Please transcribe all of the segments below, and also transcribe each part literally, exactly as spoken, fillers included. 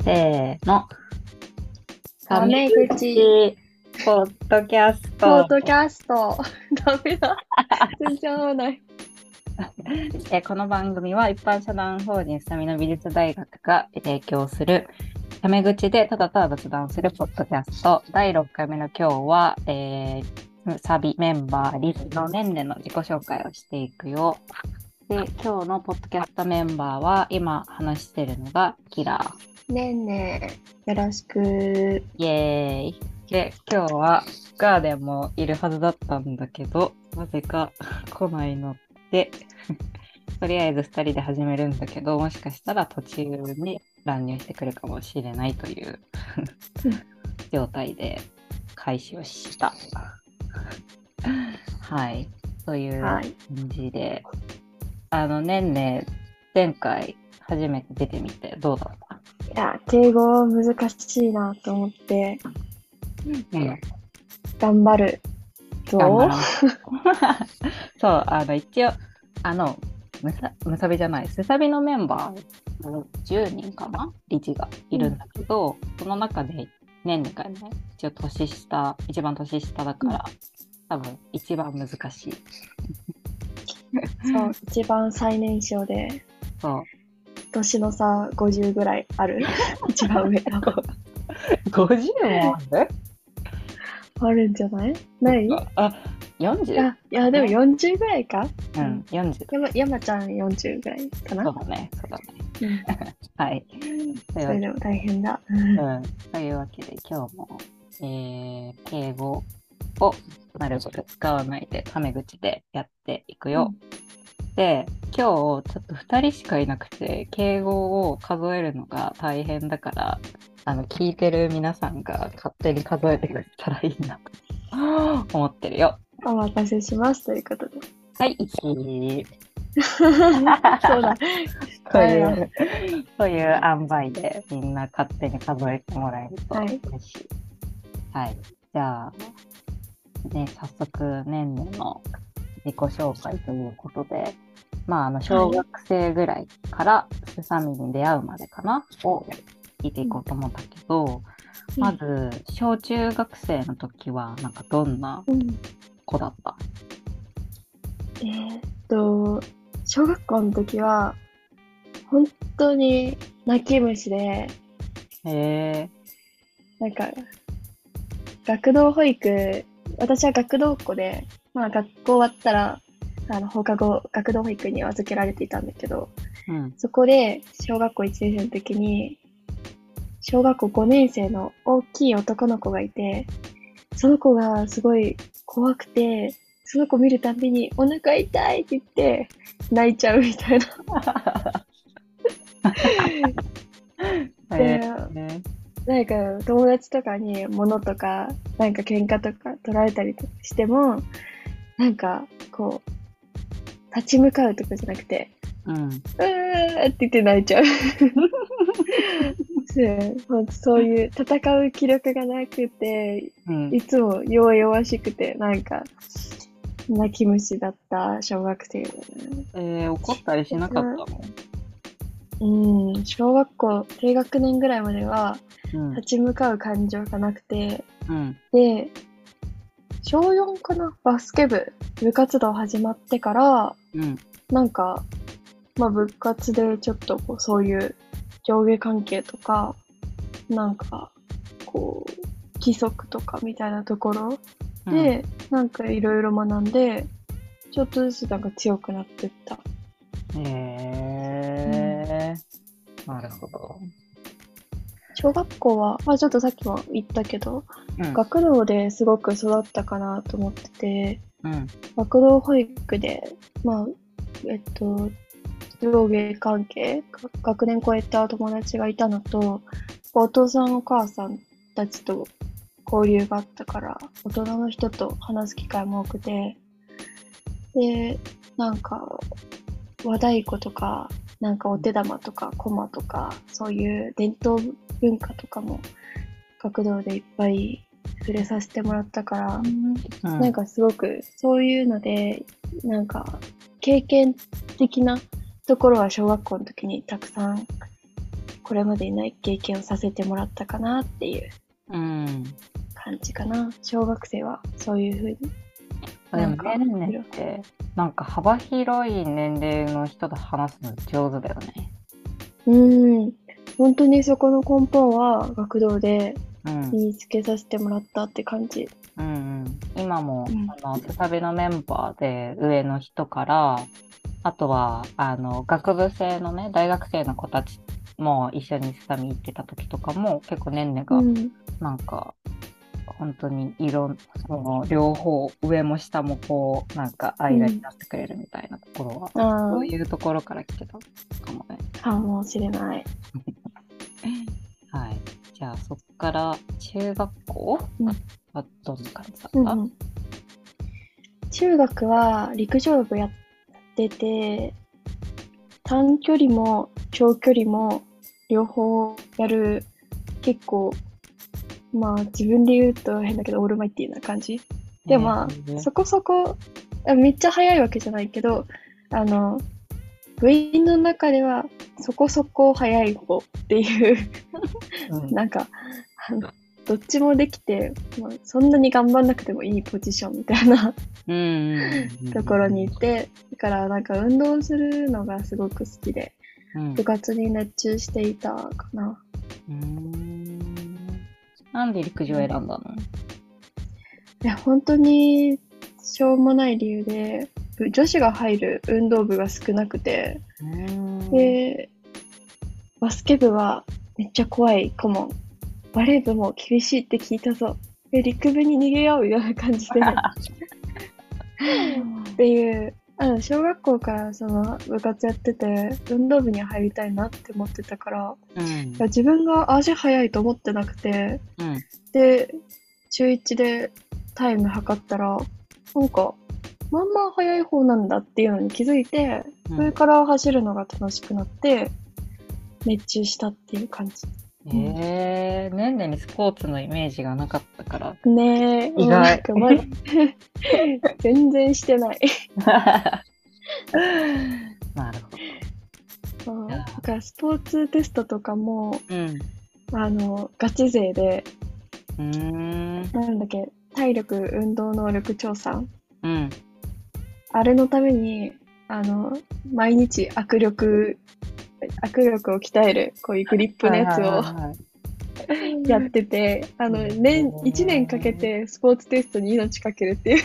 せーの。タタメメ口、 口ポッドキャスト。 ポッドキャスト。ダメだ。全然合わない。 えこの番組は一般社団法人スタミナ美術大学が提供するタメ口でただただ雑談するポッドキャスト。だいろっかいめの今日は、えー、サビメンバーリスのねんねの自己紹介をしていくよ。で、今日のポッドキャストメンバーは今話してるのがキラー。 ねんね、よろしく。 イエーイ。で、今日はガーデンもいるはずだったんだけど、なぜか来ないので、とりあえずふたりで始めるんだけど、もしかしたら途中に乱入してくるかもしれないという状態で開始をした。はい。というはい。 感じで、あの、ねんね、前回初めて出てみてどうだった？ いや、敬語難しいなと思って、 うん。 頑張るぞ。 頑張ろう。そう、あの、一応、あの、むさ、むさびじゃない、すさびのメンバーじゅうにんかな理事がいうん。 るんだけど、その中で年にかいね、一応年下、一番年下だうん。 から、多分一番難しい。 そう、一番最年少で、 そう。 年の差ごじゅうぐらいある。一番上の。 ごじゅうもある？ あるんじゃないそっないいか。あ、よんじゅう？ や、いや、でもよんじゅうぐらいか。 うん、 うん。 よんじゅう。 山、山ちゃんよんじゅうぐらいかな。 そうだね、そうだね。 うん。 はい。というわけ、 それでも大変だ。 うん。というわけで、今日も、えー、敬語をなるべく使わないでタメ口でやっていくよ。 うん。 で、今日ちょっとふたりしかいなくて、敬語を数えるのが大変だから、あの、聞いてる皆さんが勝手に数えてくれたらいいなと思ってるよ。 お任せしますということで。 はい、いち。 そうだ。 とダメだ。 いう、という塩梅でみんな勝手に数えてもらえるとはい。 嬉しい。はい。じゃあ、ね、早速、年々の自己紹介ということで、まあ、あの、小はい。 学生ぐらいからセサミに出会うまでかなを聞いてうん。 いこうと思うんだけど、 うん。 まず、小中学生の時は、なんかどんなうん。 子だった？ えーっと、小学校の時は、本当に泣き虫で、 へえ、 なんか、学童保育、私は学童っ子で、まあ学校終わったら、あの、放課後、学童保育に預けられていたんだけど、 うん、 そこで、小学校いちねん生の時に、小学校ごねん生の大きい男の子がいて、その子がすごい怖くて、その子見るたびにお腹痛いって言って泣いちゃうみたいな。 へで、 え、 なんか友達とかに物とか、なんか喧嘩とか取られたりとかしても、なんかこう、立ち向かうとかじゃなくて、 うん。 うーって言って泣いちゃう。そうそういう戦う気力がなくて、 うん。 いつも弱々しくて、なんか、泣き虫だった小学生だえー、怒ったりしなかっな。 たの？ うん、小学校低学年ぐらいまではうん、 立ち向かう感情がなくて、 うん、 で、小よんかなバスケ部、部活動始まってから、 うん、 なんか、まあ部活でちょっとこうそういう上下関係とか、なんか、こう、規則とかみたいなところうん。 で、なんかいろいろ学んで、ちょっとずつなんか強くなってった。 へうん。 え、なるほど。 小学校は、まあちょっとさっきも言ったけど、 うん、 学童ですごく育ったかなと思ってて、 うん、 学童保育で、まあ、えっと、上下関係、が学年超えた友達がいたのと、お父さんお母さんたちと交流があったから、大人の人と話す機会も多くて、で、なんか、和太鼓とか、なんかお手玉とか、コマとか、そういう伝統文化とかも学童でいっぱい触れさせてもらったから、 うん、 なんかすごくそういうので、なんか経験的なところは小学校の時にたくさんこれまでにない経験をさせてもらったかなっていううん。 感じかな。小学生はそういう風に。 でも、 なんかねんねって、なんか幅広い年齢の人と話すの上手だよね。 うーん。本当にそこの根本は学童でうん。 身につけさせてもらったって感じ。 うんうん、今も、 うんあの、セサビのメンバーで上の人から、あとは、あの、学部生のね、大学生の子たちも一緒にセサミ行ってた時とかも、結構ねんねが、 うん。 なんか、本当に色、その、両方、上も下もこう、なんか間になってくれるみたいなところは、 あそういうところから来てたかもね。 あ、かもしれない。 はい。じゃあ、そっから中学校うんはどんな感じだった？ うんうん。中学は陸上部やってて、短距離も長距離も両方やる、結構、まあ自分で言うと変だけどオールマイティーな感じ。でもまあ、そこそこ、あめっちゃ速いわけじゃないけど、あの、部員の中ではそこそこ速い方っていう、 うんなんか、あのどっちもできて、まあ、そんなに頑張んなくてもいいポジションみたいなうんうんうんところにいて、だからなんか運動するのがすごく好きで、 うん部活に熱中していたかな。 うーん、なんで陸上選んだの？ いや、本当にしょうもない理由で、ぶ女子が入る運動部が少なくて、 うーんで、バスケ部はめっちゃ怖い顧問。バレー部も厳しいって聞いたぞ。で、陸部に逃げようみたいな感じで。っていう、あの小学校からその部活やってて、運動部に入りたいなって思ってたから、 うん自分が足速いと思ってなくて、 うんで、中いちでタイム測ったら、なんか、まんま速い方なんだっていうのに気づいて、 うんそれから走るのが楽しくなって、熱中したっていう感じ。 えー、ねんねにスポーツのイメージがなかったからねえ、 意外もうなんかま全然してない。 なるほそうだからスポーツテストとかも、 ど。うんあの、ガチ勢で、 うーんなんだっけ、体力運動能力調査。 うんあれのために、あの、毎日握力、握力を鍛える、こういうグリップのやつをはいやってて、あの、年、いちねんかけてスポーツテストに命かけるっていう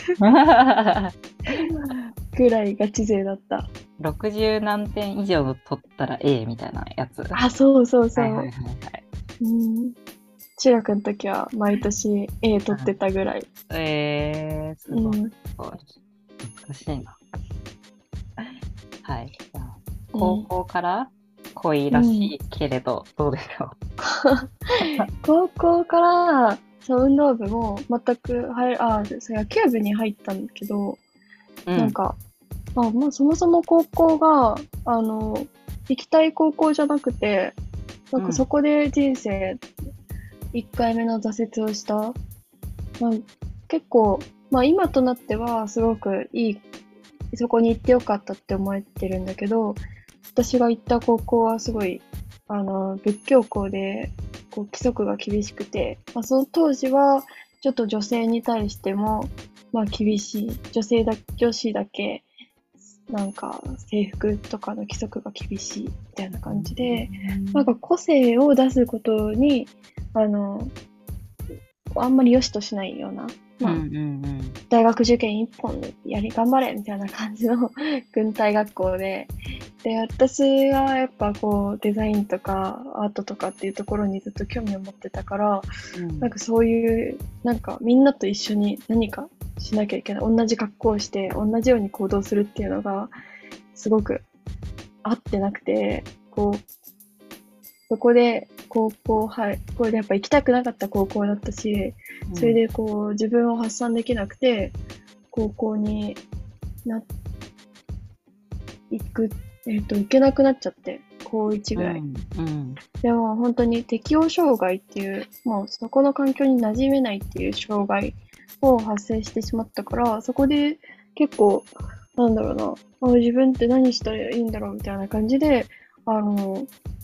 ぐらいガチ勢だった。 ろくじゅう何点以上取ったら A みたいなやつ。 あ、そうそうそう。 はいはいはいはい。 うん中学の時は毎年 A 取ってたぐらい。 えー、すごい。 うんすごい難しいな。はい。じゃあ高校から恋らしいけれど、どうでしょ高校からそう運動部も全く入る、あ、そう野球部に入ったんだけど、 う？うん、 なんか、あ、まあそもそも高校が、あの、行きたい高校じゃなくて、なんかそこで人生いっかいめの挫折をした。まあ、結構、まあ今となってはすごくいい、そこに行ってよかったって思えてるんだけど、私が行った高校はすごい、あの、仏教校で、こう規則が厳しくて、まあその当時はちょっと女性に対しても、まあ厳しい。女性だ、女子だけ、なんか制服とかの規則が厳しいみたいな感じで、なんか個性を出すことに、あの、あんまり良しとしないような、まあ、 うんうんうん大学受験一本でやり頑張れみたいな感じの軍隊学校で、で、私はやっぱこうデザインとかアートとかっていうところにずっと興味を持ってたから、 うんなんかそういう、なんかみんなと一緒に何かしなきゃいけない。同じ格好をして同じように行動するっていうのがすごく合ってなくて、こう、そこで高校、はい、これでやっぱ行きたくなかった高校だったし、それでこう自分を発散できなくて、高校にな、行く、えっと、行けなくなっちゃって、高いちぐらい。 うんうんでも本当に適応障害っていう、もうそこの環境に馴染めないっていう障害を発生してしまったから、そこで結構、なんだろうな、あ自分って何したらいいんだろうみたいな感じで、あの、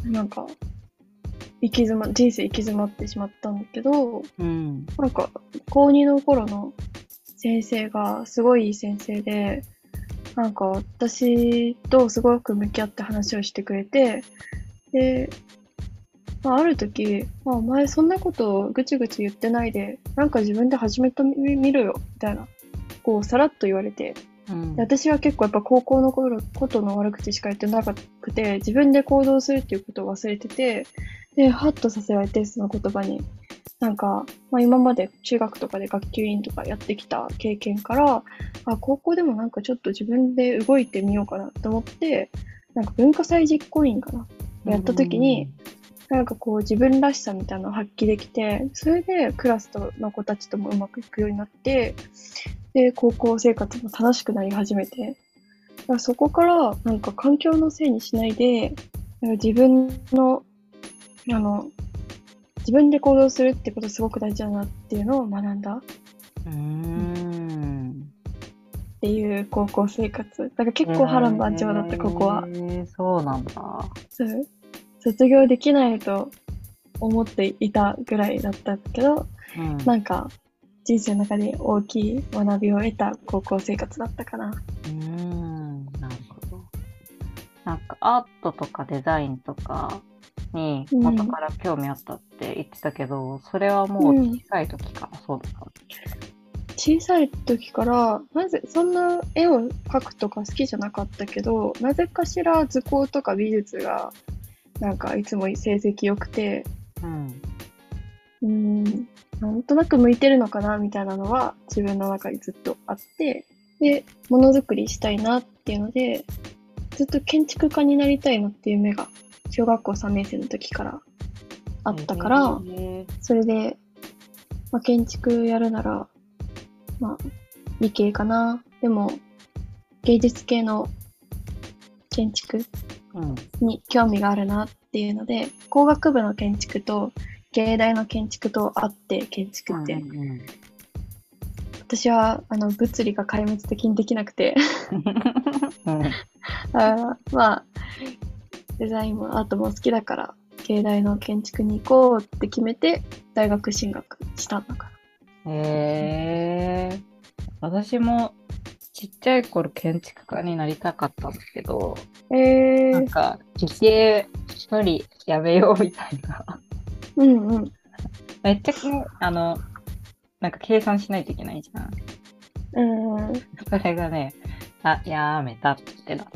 なんか、行き詰ま、人生行き詰まってしまったんだけど、 うん。 なんか、高にの頃の先生がすごいいい先生で、なんか私とすごく向き合って話をしてくれて、で、まあ、ある時、まあ、お前そんなことぐちぐち言ってないで、なんか自分で始めてみみろよ、みたいな、こう、さらっと言われて、 うんで私は結構やっぱ高校の頃、ことの悪口しか言ってなくて、自分で行動するっていうことを忘れてて、で、ハッとさせられて、その言葉に。なんか、まあ今まで中学とかで学級委員とかやってきた経験から、あ、高校でもなんかちょっと自分で動いてみようかなと思って、なんか文化祭実行委員かな。やった時に、なんかこう自分らしさみたいなのを発揮できて、それでクラスの子たちともうまくいくようになって、で、高校生活も楽しくなり始めて、だからそこからなんか環境のせいにしないで、なんか自分の、あの、自分で行動するってことすごく大事だなっていうのを学んだっうーん。 ていう高校生活。だから結構波乱万丈だった、ここは。 えー、そうなんだ。 そう。卒業できないと思っていたぐらいだったんだけど、 うん。 なんか人生の中で大きい学びを得た高校生活だったかな。 うーん。なるほど。なんかアートとかデザインとかにうん元から興味あったって言ってたけど、それはもううん小さい時からそうだったの？ 小さい時から、なぜ、そんな絵を描くとか好きじゃなかったけど、なぜかしら図工とか美術が、なんかいつも成績良くて、 うん。 うーん、なんとなく向いてるのかなみたいなのは自分の中にずっとあって、で、ものづくりしたいなっていうので、ずっと建築家になりたいなっていう夢が小学校さんねん生の時からあったから、 えー、 それで、まあ、建築やるなら、まあ、理系かな。でも、芸術系の建築うん。 に興味があるなっていうので、工学部の建築と芸大の建築とあって建築って、 うんうん私はあの物理が壊滅的にできなくてうんあまあデザインもアートも好きだから芸大の建築に行こうって決めて大学進学したんだかへえー、私もちっちゃい頃建築家になりたかったんだけど、 ら。えー、 なんか理系無理やめようみたいな。 うんうん。 めっちゃね、あの、なんか計算しないといけないじゃん。 うん。 それがね、あ、やめたってなった。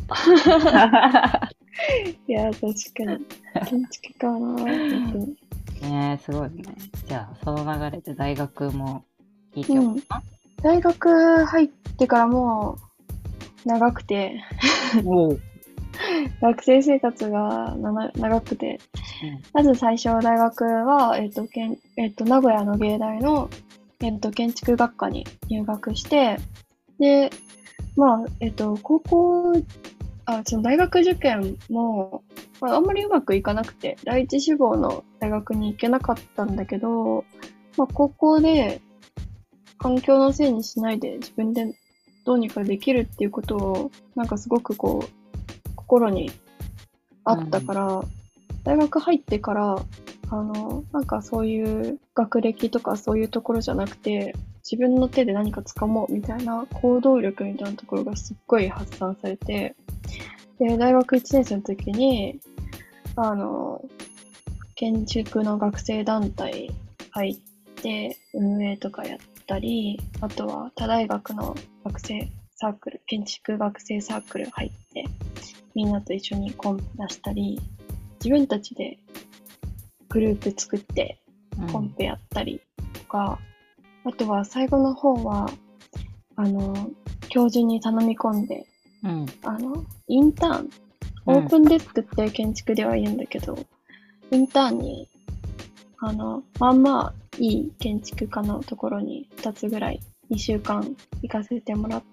いや、確かに。建築かな、本当に。 ねえ、すごいね。じゃあ、その流れで大学も聞いちゃおううん。 か大学入ってからもう長くて、 な。おう。 学生生活がなな長くて、まず最初大学は、えっ、と、けんえっ、と、名古屋の芸大の、えっ、と、建築学科に入学して、で、まあ、えっ、と、高校、あ、その大学受験も、まあ、あんまりうまくいかなくて、第一志望の大学に行けなかったんだけど、まあ、高校で環境のせいにしないで自分でどうにかできるっていうことを、なんかすごくこう、心にあったから、大学入ってから、あの、なんかそういう学歴とかそういうところじゃなくて、自分の手で何か掴もうみたいな行動力みたいなところがすっごい発散されて、で、大学いちねん生の時に、あの、建築の学生団体入って運営とかやったり、あとは他大学の学生サークル、建築学生サークル入って、みんなと一緒にコンペ出したり、自分たちでグループ作ってコンペやったりとか、うん、あとは最後の方は、あの、教授に頼み込んで、 うん、 あの、インターン、オープンデスクって建築では言うんだけど、うん、インターンに、あの、まあまあいい建築家のところにふたつぐらいにしゅうかん行かせてもらって、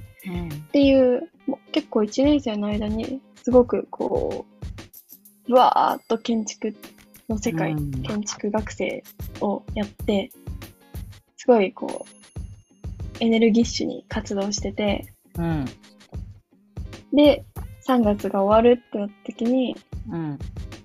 うん、っていう、結構いちねん生の間にすごくこう、ぶわーっと建築の世界、うん、建築学生をやって、すごいこう、エネルギッシュに活動してて、うん、で、さんがつが終わるってなった時に、うん、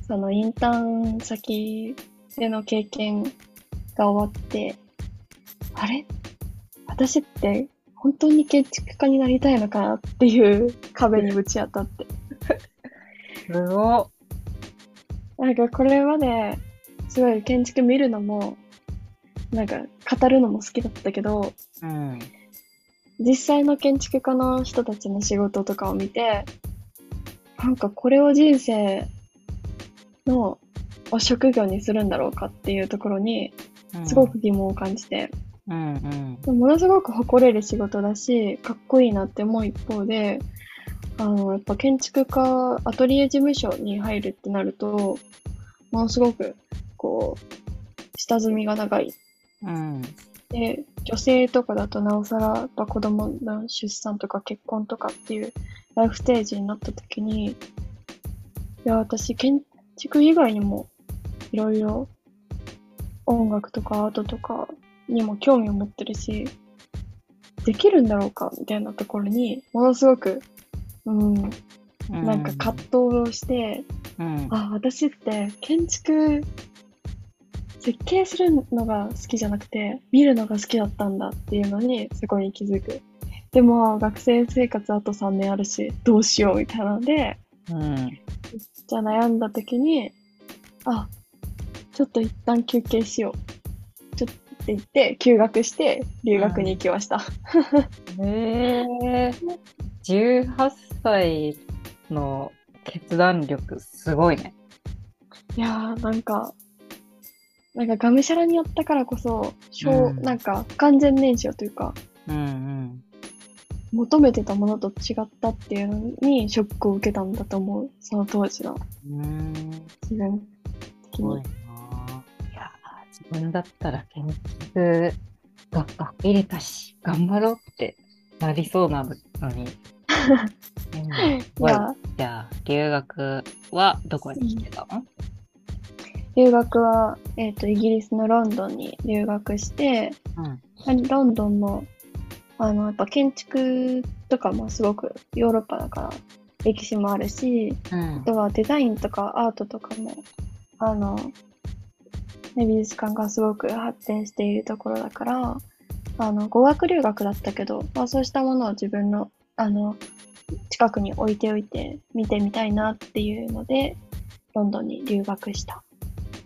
そのインターン先での経験が終わって、あれ私って本当に建築家になりたいのかなっていう壁にぶち当たって。 すごっ。 なんかこれまですごい建築見るのも、なんか語るのも好きだったけど、 うん。 実際の建築家の人たちの仕事とかを見て、なんかこれを人生の職業にするんだろうかっていうところにすごく疑問を感じて、 うんうん。 ものすごく誇れる仕事だし、かっこいいなって思う一方で、あの、やっぱ建築家、アトリエ事務所に入るってなると、ものすごく、こう、下積みが長い。 うん。 で、女性とかだとなおさら、やっぱ子供の出産とか結婚とかっていうライフステージになった時に、いや、私、建築以外にも、いろいろ音楽とかアートとかにも興味を持ってるし、できるんだろうかみたいなところに、ものすごく、うん、なんか葛藤をして、 うん、 あ、私って建築、設計するのが好きじゃなくて、見るのが好きだったんだっていうのに、すごい気づく。でも、学生生活あとさんねんあるし、どうしようみたいなので、 うん、 じゃあ悩んだ時に、あ、ちょっと一旦休憩しよう。ちょっとって言って、休学して留学に行きました。 うん、へえ、じゅうはっさいの決断力すごいね。 いやー、なんか、なんかがむしゃらにやったからこそ、小、 うんなんか不完全燃焼というか、 うんうん求めてたものと違ったっていうのにショックを受けたんだと思う。その当時のうーん、 自分的すごいに。 な。いやー、自分だったら建築学科入れたし、頑張ろうってなりそうなのに。うん、すごい。 いや、 じゃあ、留学はどこに来てたの？ 留学は、えっと、イギリスのロンドンに留学して、 うん。 ロンドンも、あの、やっぱ建築とかもすごくヨーロッパだから歴史もあるし、 うんあとはデザインとかアートとかも、あの、ね、美術館がすごく発展しているところだから、あの、語学留学だったけど、まあそうしたものを自分の、あの、近くに置いておいて見てみたいなっていうので、ロンドンに留学した。 うん。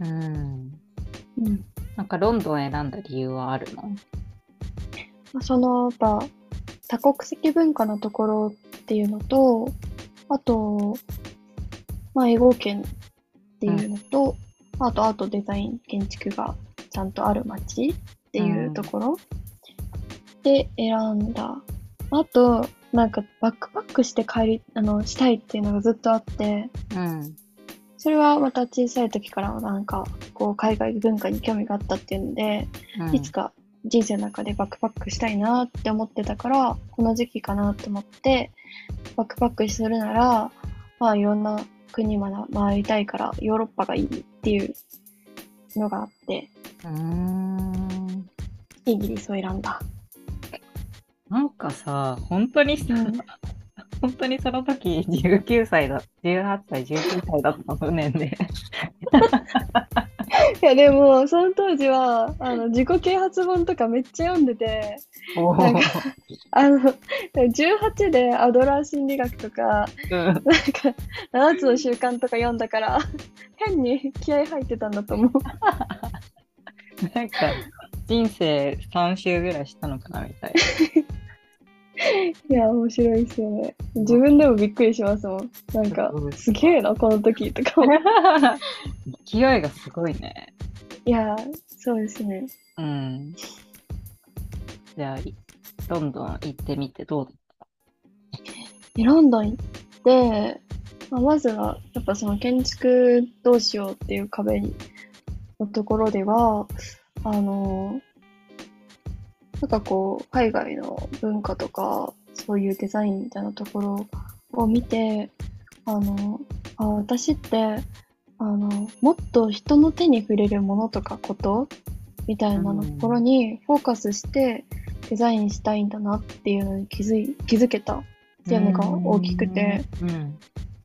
うん。 なんかロンドンを選んだ理由はあるの？ その、やっぱ、多国籍文化のところっていうのと、あと、まあ、英語圏っていうのと、あと、あとデザイン、建築がちゃんとある街っていうところで選んだ。あと、なんかバックパックして帰り、あの、したいっていうのがずっとあって、 うん。 それはまた小さい時からなんか、こう、海外文化に興味があったっていうので、 うん。 いつか人生の中でバックパックしたいなって思ってたから、この時期かなと思って、バックパックするなら、まあいろんな国まで回りたいからヨーロッパがいいっていうのがあって、 うーん。 イギリスを選んだ。 なんかさ、本当にさ、 うん。 本当にその時じゅうきゅうさいだ、じゅうはっさい、じゅうきゅうさいだったのねんで。 いやでも、その当時は、あの、自己啓発本とかめっちゃ読んでて、 おなんか、 ー。 あの、じゅうはちでアドラー心理学とか、 うん。 なんか、ななつの習慣とか読んだから、変に気合入ってたんだと思う。 なんか、人生さん周ぐらいしたのかなみたいいや、面白いですよね。自分でもびっくりしますもん。なんか、すげえな、この時とかも。 な。勢いがすごいね。 いや、そうですね。 うん。じゃあ、いロンドン行ってみてどうだっでロンドン行って、まあ、まずは、やっぱその建築どうしようっていう壁のところでは、あの、なんかこう、海外の文化とか、そういうデザインみたいなところを見て、あの、あ、私って、あの、もっと人の手に触れるものとかことみたいなところにフォーカスしてデザインしたいんだなっていうのに気づい、気づけたっていうのが大きくて、 うん。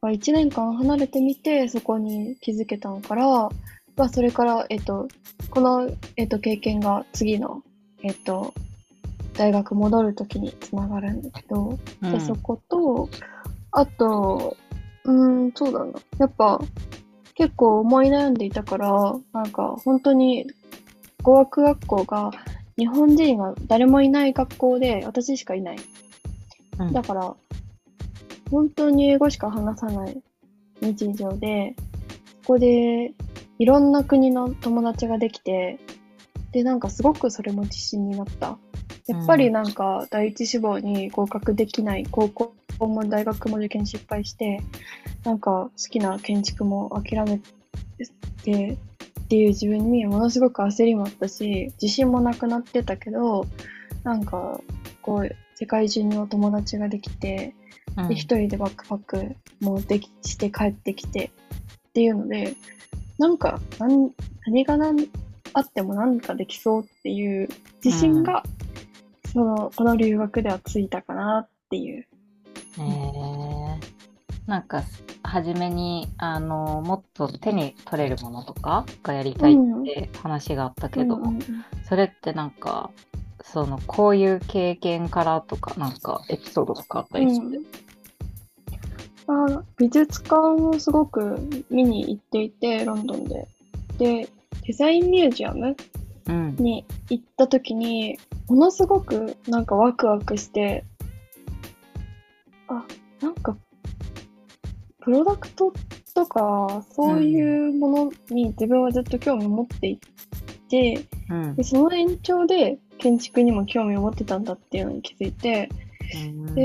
いちねんかん離れてみて、そこに気づけたのから、まあ、それから、えっと、この、えっと、経験が次の、えっと、大学戻るときにつながるんだけど、 うで、そん。 こと、あと、うーん、そうだな。やっぱ、結構思い悩んでいたから、なんか、本当に語学学校が日本人が誰もいない学校で私しかいない。 うん。 だから、本当に英語しか話さない日常で、ここでいろんな国の友達ができて、で、なんかすごくそれも自信になった。やっぱりうん。 なんか第一志望に合格できない高校も大学も受験失敗して、なんか好きな建築も諦めてっていう自分にものすごく焦りもあったし、自信もなくなってたけど、なんかこう世界中の友達ができて、で、 うん。 一人でバックパックもできして帰ってきてっていうので、なんか何何が何あっても何かできそうっていう自信が、その、この留学ではついたかなっていう。 えー、なんか、初めに、あの、もっと手に取れるものとかがやりたいっうん。 て話があったけど、 うんうんうん。 それってなんか、その、こういう経験からとか、なんか、エピソードとかあったりして。 うん。あ、美術館をすごく見に行っていて、ロンドンで。で、デザインミュージアムうん。 に行った時に、ものすごくなんかワクワクして、あ、なんかプロダクトとか、そううん。 いうものに自分はずっと興味を持っていて、 うん。 で、その延長で建築にも興味を持ってたんだっていうのに気づいて、 うん。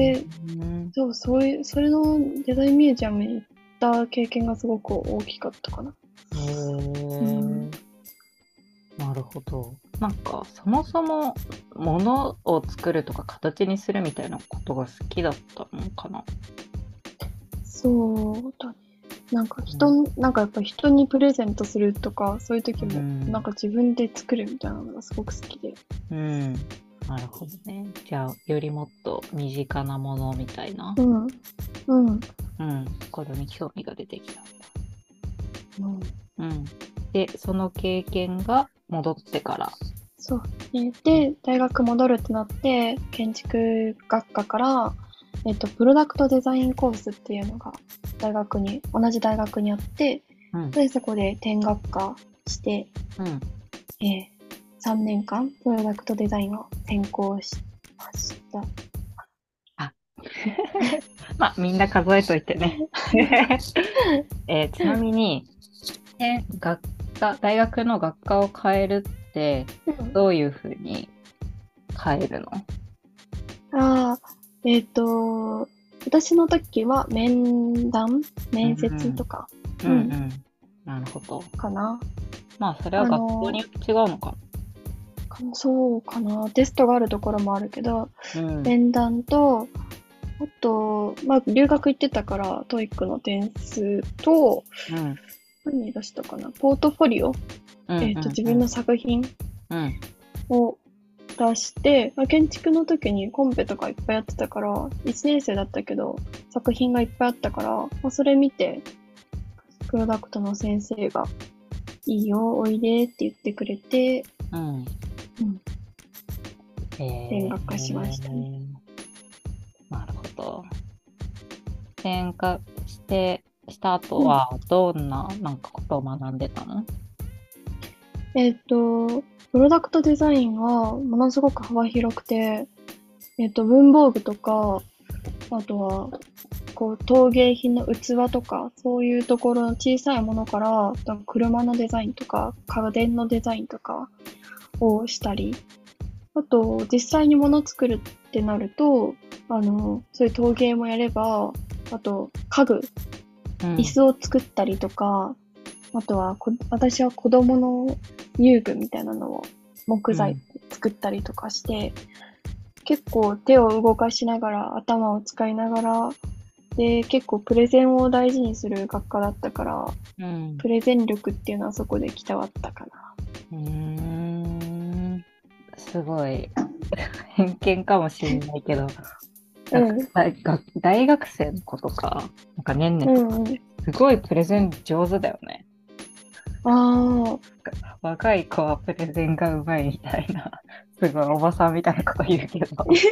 で、そう、そういう、それのデザインミュージアムに行った経験がすごく大きかったかな。 へうん。 え、なるほど。なんか、そもそも、ものを作るとか形にするみたいなことが好きだったのかな。 そうだね。なんかうん。 人、なんかやっぱ人にプレゼントするとか、そういうう時も、なんん。 か自分で作るみたいなのがすごく好きで。 うん。なるほどね。じゃあ、よりもっと身近なものみたいな、 うん。うん。 うん、ところに興味が出てきたんだ。 うん。 うん。で、その経験が戻ってから。 そう。ねうん。 で、大学戻るってなって、建築学科から、えっと、プロダクトデザインコースっていうのが、大学に、同じ大学にあって、 うん。 で、そこで転学科して、 うん。 えー、さんねんかん、プロダクトデザインを専攻しました。 あ、まあ、みんな数えといてね。えーちなみに、え学科、大学の学科を変えるって、 うん。 どういうふうに変えるの？ ああ、えっと、私の時は面談う面接とん。 か、 うん。 うん、 うん。なるほど。 かな。 まあ、それはあ学校にの、 よって違うのかかそうかな。テストがあるところもあるけど、 な。うん。 面談と、あと、まあ、留学行ってたから、トイックの点数と、 うん。 何出したかな、ポートフォリオ、 うん。 えっと、 うん。 自分の作品うん。 を出して、まあ、建築の時にコンペとかいっぱいやってたから、いちねん生だったけど、作品がいっぱいあったから、まあ、それ見て、プロダクトの先生が、いいよ、おいでって言ってくれて、 うん。 うん、見え学化しましたね。 ー、なるほど。転科して、した後うん。 は、どんな、なんかことを学んでたの？ えっと、プロダクトデザインはものすごく幅広くて、えっと、文房具とか、あとは、こう、陶芸品の器とか、そういうところの小さいものから、車のデザインとか、家電のデザインとかをしたり、あと、実際に物作るってなると、あの、そういう陶芸もやれば、あと、家具、 うん。 椅子を作ったりとか、あとはこ、私は子供の遊具みたいなのを木材うん。 作ったりとかして、結構手を動かしながら、頭を使いながら、で、結構プレゼンを大事にする学科だったから、 うん。 プレゼン力っていうのはそこで鍛わったかな。 うーん。すごい、偏見かもしれないけど、 なんかうん。 大学、大学生の子とか、なんか年う 々 んうん。 すごいプレゼン上手だよね。 あ若い子はプレゼンがうまいみたいな、すごいおばさんみたいなこと言うけど。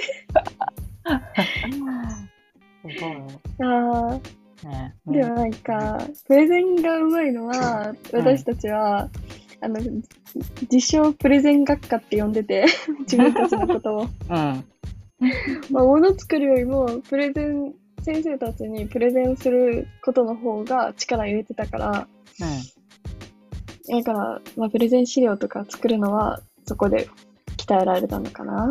すごあ。ああ。 いね。みんな、 でもなんか、プレゼンがうまいのは、 うん。 私たちは、あの、自称プレゼン学科って呼んでて、自分たちのことを。 うん。 まあ、物作るよりも、プレゼン、先生たちにプレゼンすることの方が力入れてたから、 うん。 だから、まあ、プレゼン資料とか作るのは、そこで鍛えられたのかな。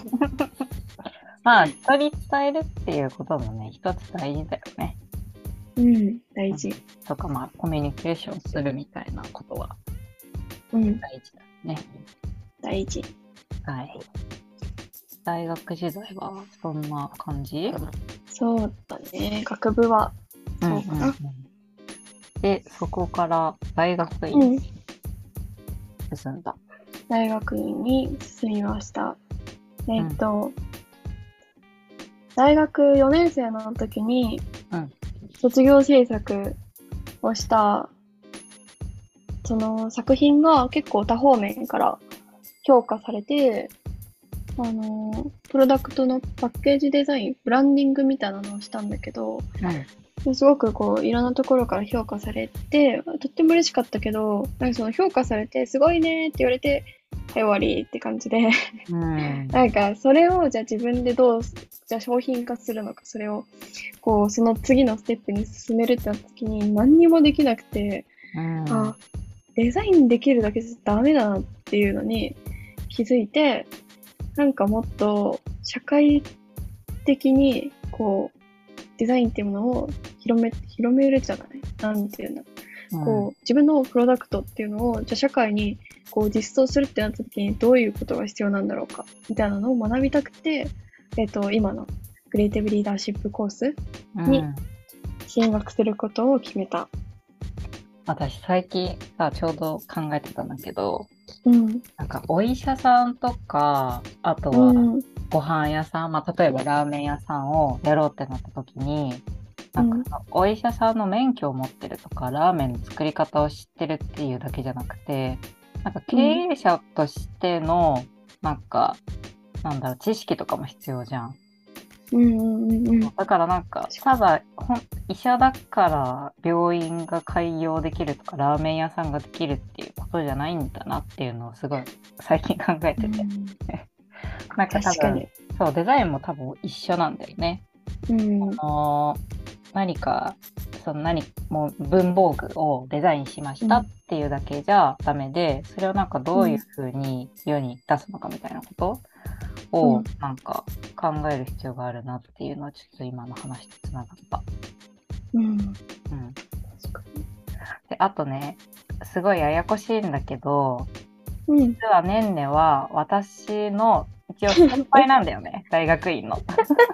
まあ、人に伝えるっていうこともね、一つ大事だよね。 うん、大事。 とか、まあ、コミュニケーションするみたいなことはうん、 大事だね。 大事。 はい。大学時代はそんな感じ？ そうだね。学部は、そうかな。 うんうんうん。で、そこから大学う院にん、 進んだ。 大学院に進みました。えっと、大学よねん生の時にうん。 卒業制作をした、その作品が結構多方面から評価されて、あの、プロダクトのパッケージデザイン、ブランディングみたいなのをしたんだけど、 うん。 すごくこう、いろんなところから評価されて、とっても嬉しかったけど、なんかその評価されて、すごいねって言われて、はい終わりって感じで、 うん。 なんかそれをじゃあ自分でどう、じゃあ商品化するのか、それを、こう、その次のステップに進めるってなった時に何にもできなくて、 うん。 あ、デザインできるだけじゃダメだなっていうのに気づいて、なんかもっと社会的にこうデザインっていうものを広め広めるじゃない、なんていうんだ、 うんこう自分のプロダクトっていうのをじゃあ社会にこう実装するってなった時にどういうことが必要なんだろうかみたいなのを学びたくて、えっと今のクリエイティブリーダーシップコースにうん。 進学することを決めた。 私最近さ、ちょうど考えてたんだけど、 うん。 なんかお医者さんとか、あとうはん。 ご飯屋さん、まあ、例えばラーメン屋さんをやろうってなった時に、なんかうん。 お医者さんの免許を持ってるとか、ラーメンの作り方を知ってるっていうだけじゃなくて、なんか経うん営者としての、なんか、なんだろう、知識とかも必要じゃん。 うんうんうんうん。 だからなんか、ただ、ほん医者だから病院が開業できるとか、ラーメン屋さんができるっていうことじゃないんだなっていうのをすごい最近考えてて。なんか多分、 確かに。 そう、デザインも多分一緒なんだよね。 うん。 あの何か、その何もう文房具をデザインしましたっていうだけじゃダメで、それをなんかどういうふうに世に出すのかみたいなことをうん。 なんか考える必要があるなっていうのはちょっと今の話とつながった。 うん。 うん。 確かで、あとね、すごいややこしいんだけど、 に。うん。 実はねんねは私の一応先輩なんだよね、大学院の。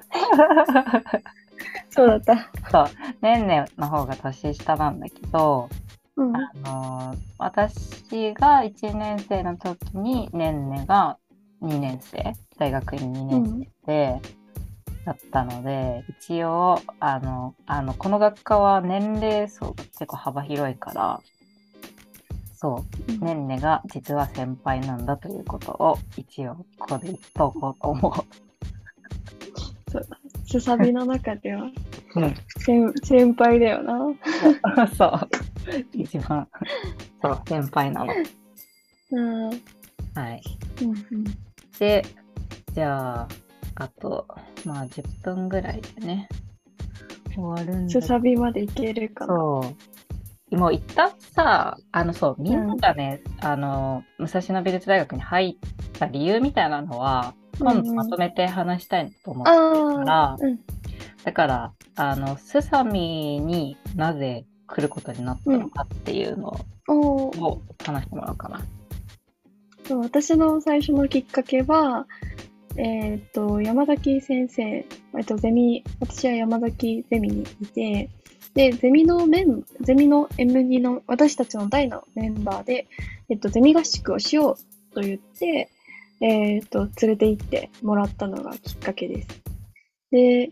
そうだった。 そう、ねんねの方が年下なんだけど、 うん。 あのー私がいちねん生の時にねんねがにねん生、大学院にねん生で、だったので、一応、あの、あの、この学科は年齢層が結構幅広いから、そう、ねんねが実は先輩なんだということを一応ここで言っとこうと思う。 そう。すさびの中ではうん先、先輩だよな。 そう、一番、そう、先輩なの。 うん。うんはい。 うん。 で、じゃあ、あと、まあじゅっぷんぐらいでね、終わるんだけど。 すさびまでいけるかな。 そう。もう一旦さ、あの、そう、みんながね、あの、武蔵野美術大学に入った理由みたいなのは、今度まとめて話したいと思ってるかあら、 あ、うん。 だから、あの、スサミになぜ来ることになったのかっていうのおーを話してもらおうかな。 そう私の最初のきっかけは、えっと、山崎先生、えっと、ゼミ、私は山崎ゼミにいて、で、ゼミのメン、ゼミの エムツー の私たちの代のメンバーで、えっと、ゼミ合宿をしようと言って、えっと、連れて行ってもらったのがきっかけです。 で、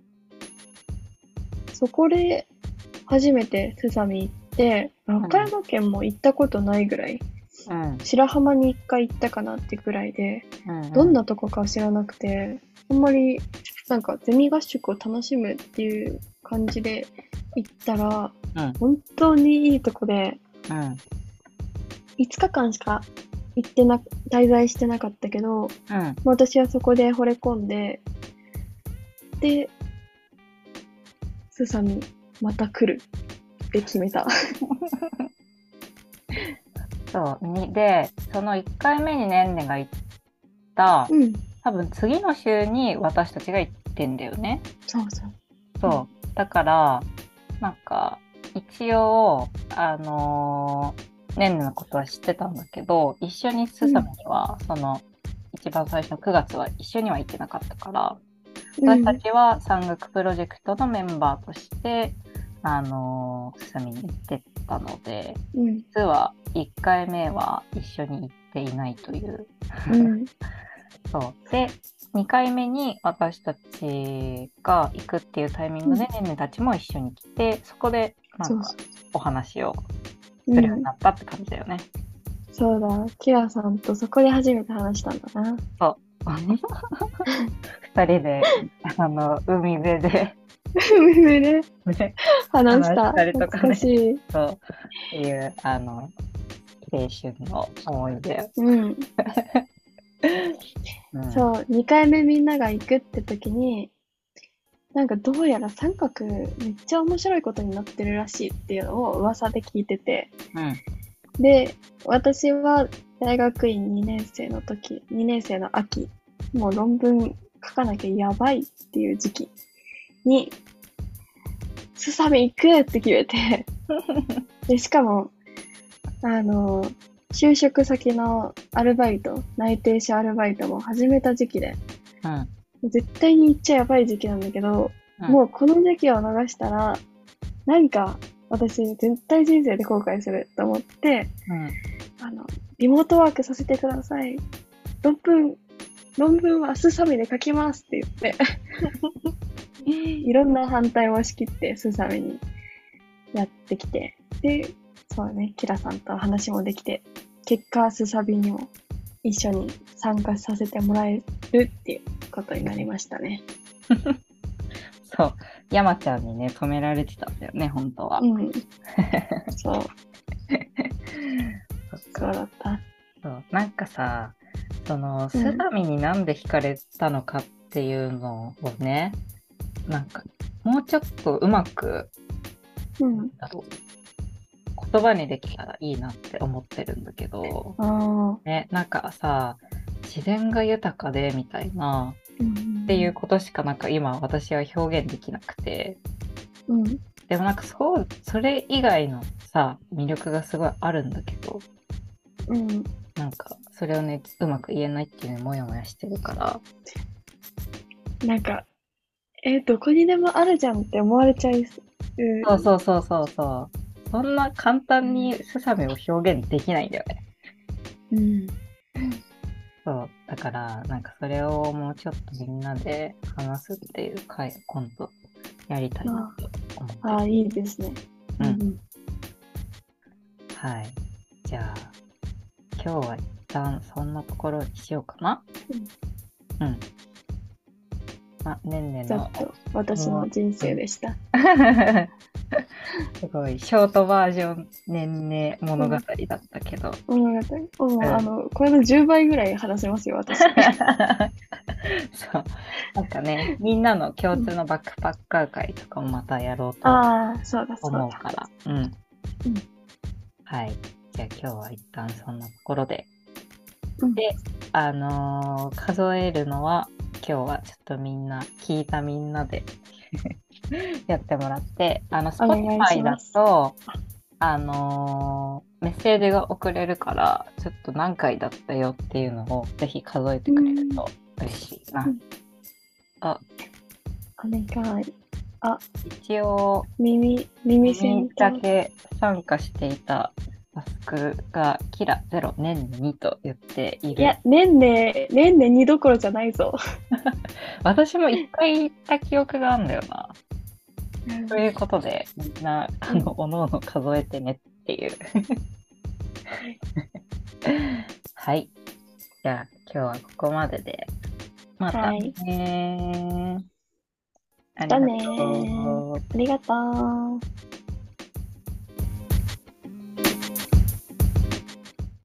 そこで初めてスサミ行って、和歌山県も行ったことないぐらい、 うん。 白浜に一回行ったかなってぐらいで、 うんうん。 どんなとこか知らなくて、あんまりなんかゼミ合宿を楽しむっていう感じで行ったら、 うん。 本当にいいとこで、 うん。 いつかかんしか行ってな、滞在してなかったけど、 うん。 私はそこで惚れ込んで、で、スサミまた来るって決めた。 そうにでそのいっかいめにねんねが行ったうん。 多分次の週に私たちが行ってんだよね。 そうそう。 そうだからなんか一応あのーねんねのことは知ってたんだけど、一緒にスサミには、その一番最初のくがつは一緒には行ってなかったから、私たちは山岳プロジェクトのメンバーとしてあのースサミに行ってたので、 うん。 実はいっかいめは一緒に行っていないという。 うん。 そうでにかいめに私たちが行くっていうタイミングで、ねんねたちも一緒に来て、そこでなんかそうそお話をう。 するようにうん。 なったって感じだよね。 そうだ。キラさんとそこで初めて話したんだな。 そう二人であの海辺で海でね話した。 話したりとか懐かね、 しい。 そうっていうあの青春の思い出。 うん。 うん、 そう、にかいめみんなが行くって時に、なんかどうやら三角めっちゃ面白いことになってるらしいっていうのを噂で聞いてて。 うん。 で、私は大学院にねん生の時、にねん生の秋、もう論文書かなきゃやばいっていう時期に、スサミ行くって決めて、で、しかも、あの、就職先のアルバイト、内定者アルバイトも始めた時期で、 うん絶対に行っちゃやばい時期なんだけど、 うん、 もうこの時期を逃したら、なんか私絶対人生で後悔すると思って、 うん、 あの、リモートワークさせてください。論文、論文はスサミで書きますって言って、いろんな反対を仕切ってスサミにやってきて、で、そうね、キラさんと話もできて、結果スサビにも一緒に参加させてもらえるっていうことになりましたね。 そう、山ちゃんにね、止められてたんだよね、本当は。 うん。そう。 そっそうか。 だった。 そうなんかさ、そのスサミになんで惹かれたのかっていうのをね、なんかもうちょっとうまく、 うん。 だろう言葉にできたらいいなって思ってるんだけど、 ああ。 ね、なんかさ、自然が豊かでみたいなうん。 っていうことしかなんか今私は表現できなくて、 うん。 でもなんかそうそれ以外のさ魅力がすごいあるんだけど、 うん。 なんかそれをねうまく言えないっていうのにモヤモヤしてるから。 なんか、えーどこにでもあるじゃんって思われちゃいそうそうそうそうそう。そんな簡単にスサメを表現できないんだよね。 う。うん。 そうだからなんかそれをもうちょっとみんなで話すっていう回今度やりたいなと思ってる。 ああ、いいですね。 うんうん。 はい。じゃあ今日は一旦そんなところにしようかな。うん。うんあ、ねんねのざっと私の人生でした。 すごいショートバージョンねんね物語だったけど、 物語。もう、あの、これのじゅうばいぐらい話せますよ、私。 そうなんかねみんなの共通のバックパッカー会とかもまたやろうとああ、そうだ、そうだ。 思うからうん、 うんはいじゃあ今日は一旦そんなところで、 うんであのー数えるのは今日はちょっとみんな聞いたみんなでやってもらって、あのお願い Spotify だします。 とあのーメッセージが送れるからちょっと何回だったよっていうのをぜひ数えてくれると嬉しいな。 うんあ、 お願い。あ、 一応耳、耳栓耳だけ参加していたタスクがキラゼロ年にと言っている。 いや、年で、年でにどころじゃないぞ。 私も一回行った記憶があるんだよな。 うんということで、みんな、あの、おのおの数えてねっていう。はい。じゃあ、今日はここまでで。またはい。 ねー。ありがだねとー。 う。 ありがとう。